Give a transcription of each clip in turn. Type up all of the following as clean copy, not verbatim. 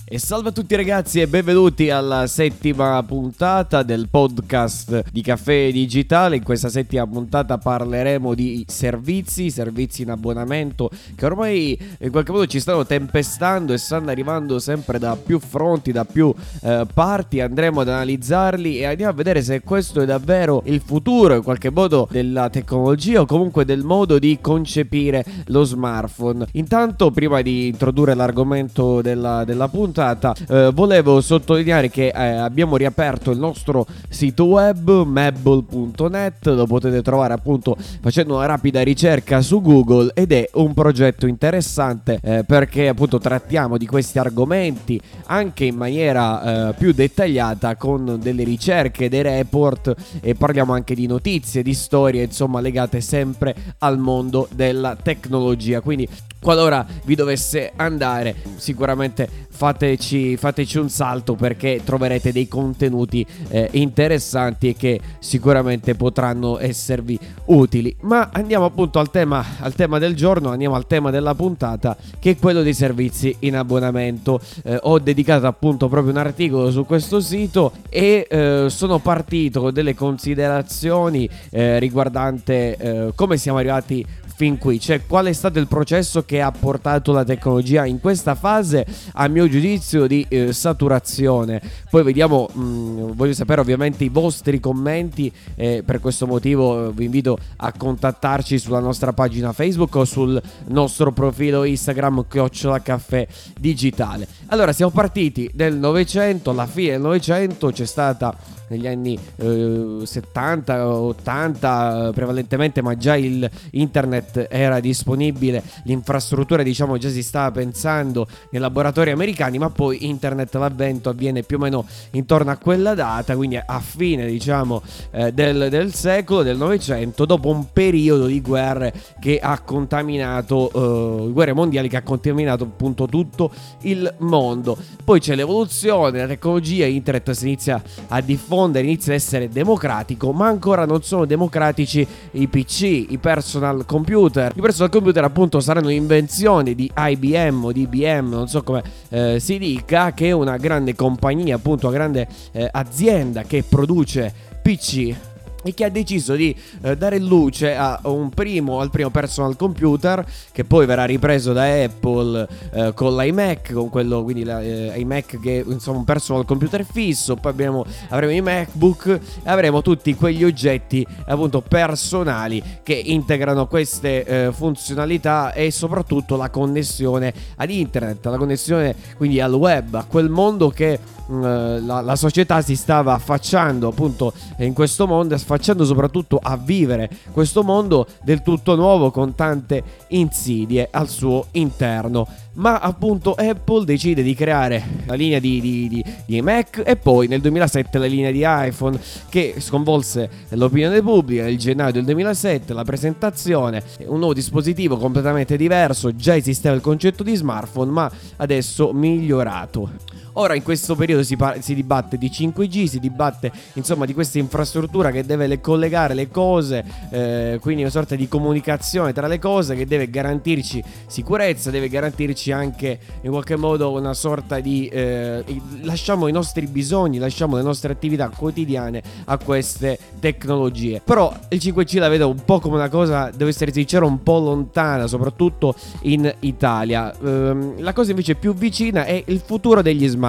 E salve a tutti ragazzi e benvenuti alla settima puntata del podcast di Caffè Digitale. In questa settima puntata parleremo di servizi in abbonamento che ormai in qualche modo ci stanno tempestando e stanno arrivando sempre da più fronti, da più parti. Andremo ad analizzarli e andiamo a vedere se questo è davvero il futuro in qualche modo della tecnologia o comunque del modo di concepire lo smartphone. Intanto, prima di introdurre l'argomento della puntata, volevo sottolineare che abbiamo riaperto il nostro sito web mabble.net. Lo potete trovare appunto facendo una rapida ricerca su Google ed è un progetto interessante perché appunto trattiamo di questi argomenti anche in maniera più dettagliata con delle ricerche, dei report, e parliamo anche di notizie, di storie insomma legate sempre al mondo della tecnologia. Quindi qualora vi dovesse andare, sicuramente fateci un salto perché troverete dei contenuti interessanti e che sicuramente potranno esservi utili. Ma andiamo appunto al tema del giorno, andiamo al tema della puntata, che è quello dei servizi in abbonamento. Ho dedicato appunto proprio un articolo su questo sito e sono partito con delle considerazioni riguardante come siamo arrivati fin qui, cioè qual è stato il processo che ha portato la tecnologia in questa fase, a mio giudizio, di saturazione. Poi vediamo, voglio sapere ovviamente i vostri commenti, per questo motivo vi invito a contattarci sulla nostra pagina Facebook o sul nostro profilo Instagram @caffè digitale. Allora, siamo partiti nel Novecento, alla fine del Novecento c'è stata negli anni 70, 80 prevalentemente, ma già il internet era disponibile, l'infrastruttura diciamo già si stava pensando nei laboratori americani, ma poi internet, l'avvento avviene più o meno intorno a quella data, quindi a fine diciamo del secolo, del Novecento, dopo un periodo di guerre che ha contaminato, guerre mondiali che ha contaminato appunto tutto il mondo. Poi c'è l'evoluzione, la tecnologia, internet si inizia a diffondere, inizia ad essere democratico, ma ancora non sono democratici i PC, i personal computer. I personal computer appunto saranno invenzioni di IBM o di IBM, non so come si dica, che è una grande compagnia, appunto una grande azienda che produce PC e che ha deciso di dare luce al primo personal computer, che poi verrà ripreso da Apple con l'iMac, con quello, quindi l'iMac che è insomma un personal computer fisso. Poi avremo i MacBook e avremo tutti quegli oggetti appunto personali che integrano queste funzionalità e soprattutto la connessione ad internet, la connessione quindi al web, a quel mondo che la società si stava affacciando appunto in questo mondo, facendo soprattutto a vivere questo mondo del tutto nuovo con tante insidie al suo interno. Ma appunto Apple decide di creare la linea di Mac e poi nel 2007 la linea di iPhone, che sconvolse l'opinione pubblica. Nel gennaio del 2007 la presentazione, un nuovo dispositivo completamente diverso, già esisteva il concetto di smartphone ma adesso migliorato. Ora in questo periodo si dibatte di 5G, si dibatte insomma di questa infrastruttura che deve collegare le cose, quindi una sorta di comunicazione tra le cose che deve garantirci sicurezza, deve garantirci anche in qualche modo una sorta di lasciamo i nostri bisogni, lasciamo le nostre attività quotidiane a queste tecnologie. Però il 5G la vedo un po' come una cosa, devo essere sincero, un po' lontana, soprattutto in Italia. La cosa invece più vicina è il futuro degli smartphone.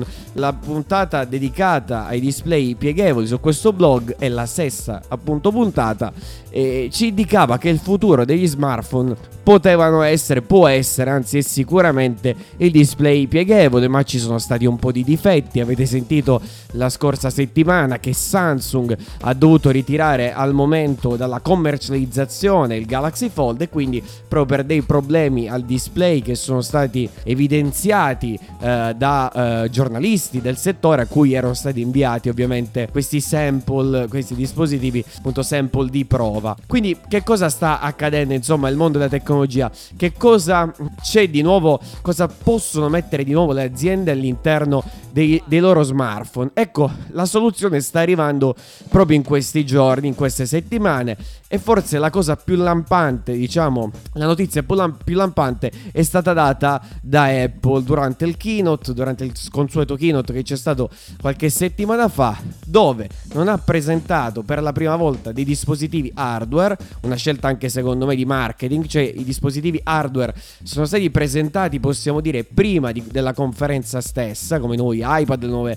La puntata dedicata ai display pieghevoli su questo blog è la sesta appunto puntata e ci indicava che il futuro degli smartphone può essere, anzi è sicuramente il display pieghevole, ma ci sono stati un po' di difetti. Avete sentito la scorsa settimana che Samsung ha dovuto ritirare al momento dalla commercializzazione il Galaxy Fold, e quindi proprio per dei problemi al display che sono stati evidenziati da giornalisti professionisti del settore a cui erano stati inviati ovviamente questi sample, questi dispositivi appunto sample di prova. Quindi che cosa sta accadendo, insomma, nel mondo della tecnologia? Che cosa c'è di nuovo? Cosa possono mettere di nuovo le aziende all'interno dei loro smartphone? Ecco, la soluzione sta arrivando proprio in questi giorni, in queste settimane, e forse la cosa più lampante, diciamo, la notizia più lampante è stata data da Apple durante il consueto keynote che c'è stato qualche settimana fa, dove non ha presentato per la prima volta dei dispositivi hardware, una scelta anche secondo me di marketing, cioè i dispositivi hardware sono stati presentati, possiamo dire, prima della conferenza stessa, come i nuovi iPad, le nuove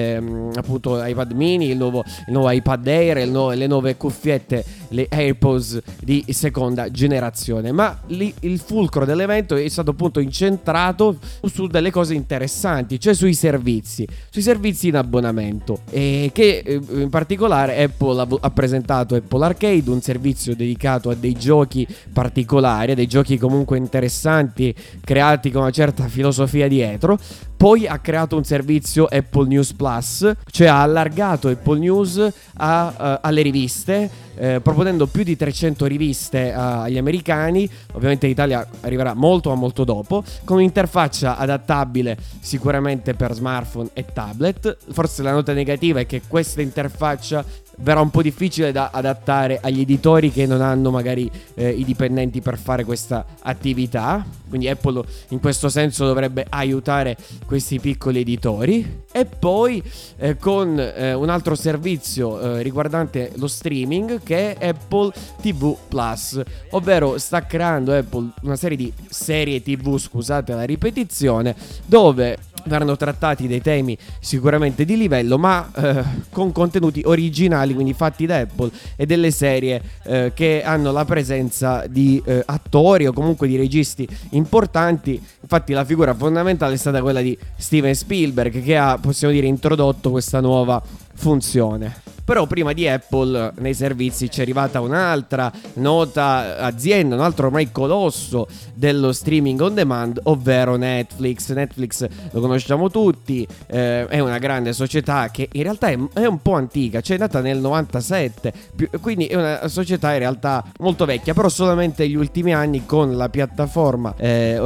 appunto iPad mini, il nuovo iPad Air, le nuove cuffiette, le AirPods di seconda generazione. Ma lì il fulcro dell'evento è stato appunto incentrato su delle cose interessanti, cioè sui servizi in abbonamento, e che in particolare Apple ha presentato Apple Arcade, un servizio dedicato a dei giochi particolari, a dei giochi comunque interessanti, creati con una certa filosofia dietro. Poi ha creato un servizio Apple News Plus, cioè ha allargato Apple News alle riviste, proponendo più di 300 riviste agli americani. Ovviamente in Italia arriverà molto ma molto dopo, con un'interfaccia adattabile sicuramente per smartphone e tablet. Forse la nota negativa è che questa interfaccia verrà un po' difficile da adattare agli editori che non hanno magari i dipendenti per fare questa attività, quindi Apple in questo senso dovrebbe aiutare questi piccoli editori. E poi con un altro servizio riguardante lo streaming, che è Apple TV Plus, ovvero sta creando Apple una serie di serie TV, scusate la ripetizione, dove verranno trattati dei temi sicuramente di livello, ma con contenuti originali, quindi fatti da Apple, e delle serie che hanno la presenza di attori o comunque di registi importanti. Infatti la figura fondamentale è stata quella di Steven Spielberg, che ha, possiamo dire, introdotto questa nuova funzione. Però prima di Apple nei servizi c'è arrivata un'altra nota azienda, un altro ormai colosso dello streaming on demand, ovvero Netflix. Netflix lo conosciamo tutti, è una grande società che in realtà è un po' antica, cioè è nata nel 97, quindi è una società in realtà molto vecchia, però solamente negli ultimi anni con la piattaforma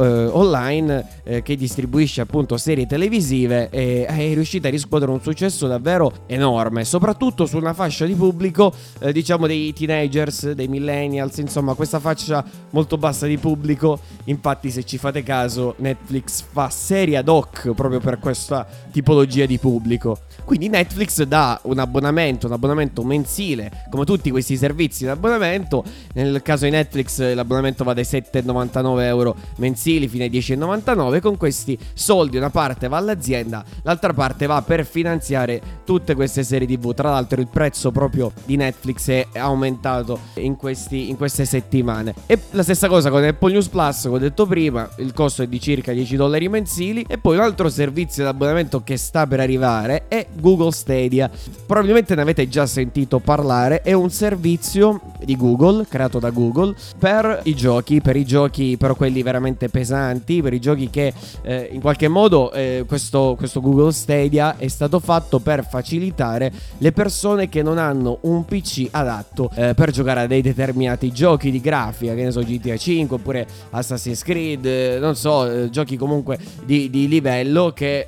online che distribuisce appunto serie televisive è riuscita a riscuotere un successo davvero enorme, soprattutto su una fascia di pubblico diciamo dei teenagers, dei millennials, insomma questa fascia molto bassa di pubblico. Infatti, se ci fate caso, Netflix fa serie ad hoc proprio per questa tipologia di pubblico. Quindi Netflix dà un abbonamento mensile, come tutti questi servizi di abbonamento. Nel caso di Netflix l'abbonamento va dai 7,99 euro mensili fino ai 10,99. Con questi soldi una parte va all'azienda, l'altra parte va per finanziare tutte queste serie TV. Tra l'altro il prezzo proprio di Netflix è aumentato in queste settimane. E la stessa cosa con Apple News Plus, come ho detto prima, il costo è di circa $10 mensili. E poi un altro servizio di abbonamento che sta per arrivare è Google Stadia. Probabilmente ne avete già sentito parlare, è un servizio di Google, creato da Google, per i giochi però quelli veramente pesanti, per i giochi che in qualche modo questo Google Stadia è stato fatto per facilitare le persone che non hanno un PC adatto per giocare a dei determinati giochi di grafica, che ne so, GTA 5 oppure Assassin's Creed, non so, giochi comunque di livello che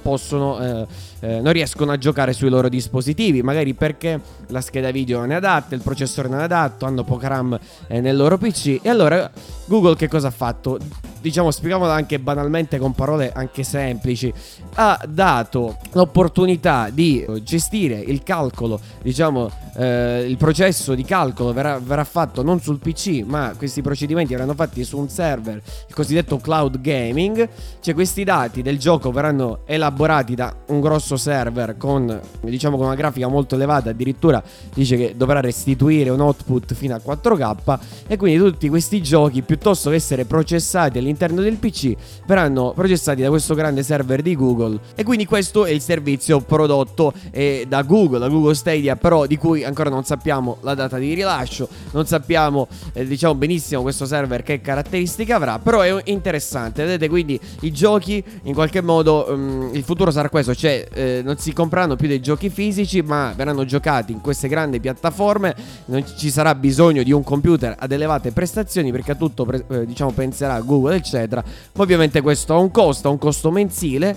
non riescono a giocare sui loro dispositivi, magari perché la scheda video non è adatta, il processore non è adatto, hanno poca RAM nel loro PC. E allora Google che cosa ha fatto? Diciamo, spieghiamolo anche banalmente con parole anche semplici. Ha dato l'opportunità di gestire il calcolo, diciamo il processo di calcolo verrà fatto non sul PC, ma questi procedimenti verranno fatti su un server, il cosiddetto cloud gaming. Cioè questi dati del gioco verranno elaborati da un grosso server server con una grafica molto elevata, addirittura dice che dovrà restituire un output fino a 4K, e quindi tutti questi giochi, piuttosto che essere processati all'interno del PC, verranno processati da questo grande server di Google. E quindi questo è il servizio prodotto da Google Stadia, però di cui ancora non sappiamo la data di rilascio, non sappiamo benissimo questo server che caratteristiche avrà, però è interessante, vedete. Quindi i giochi in qualche modo il futuro sarà questo, cioè non si compreranno più dei giochi fisici, ma verranno giocati in queste grandi piattaforme. Non ci sarà bisogno di un computer ad elevate prestazioni, perché a tutto penserà Google, eccetera. Ma ovviamente questo ha un costo mensile,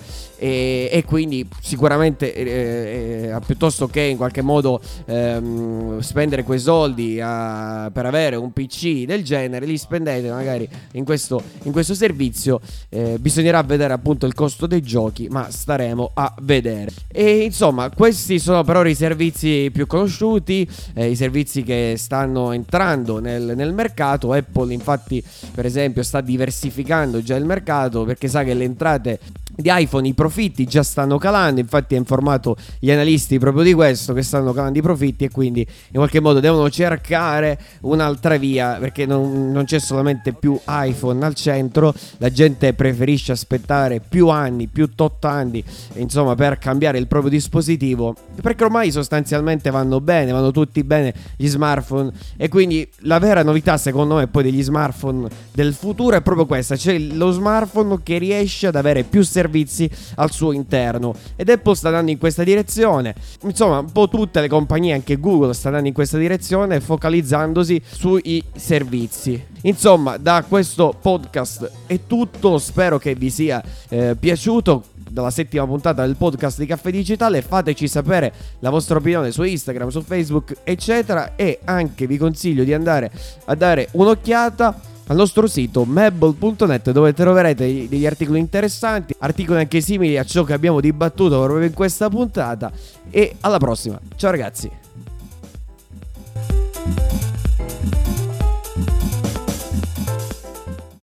e quindi sicuramente piuttosto che in qualche modo spendere quei soldi per avere un PC del genere, li spendete magari in questo servizio. Bisognerà vedere appunto il costo dei giochi, ma staremo a vedere. E insomma, questi sono però i servizi più conosciuti, i servizi che stanno entrando nel mercato. Apple infatti, per esempio, sta diversificando già il mercato, perché sa che le entrate di iPhone, i profitti già stanno calando. Infatti ha informato gli analisti proprio di questo, che stanno calando i profitti, e quindi in qualche modo devono cercare un'altra via, perché non c'è solamente più iPhone al centro. La gente preferisce aspettare più anni, più tot anni, insomma, per cambiare il proprio dispositivo, perché ormai sostanzialmente vanno tutti bene gli smartphone. E quindi la vera novità, secondo me, poi degli smartphone del futuro è proprio questa, cioè lo smartphone che riesce ad avere più servizi al suo interno, ed Apple sta andando in questa direzione. Insomma, un po' tutte le compagnie, anche Google, sta andando in questa direzione, focalizzandosi sui servizi. Insomma, da questo podcast è tutto, spero che vi sia piaciuto dalla settima puntata del podcast di Caffè Digitale. Fateci sapere la vostra opinione su Instagram, su Facebook, eccetera, e anche vi consiglio di andare a dare un'occhiata al nostro sito mebble.net, dove troverete degli articoli interessanti, articoli anche simili a ciò che abbiamo dibattuto proprio in questa puntata. E alla prossima, ciao ragazzi.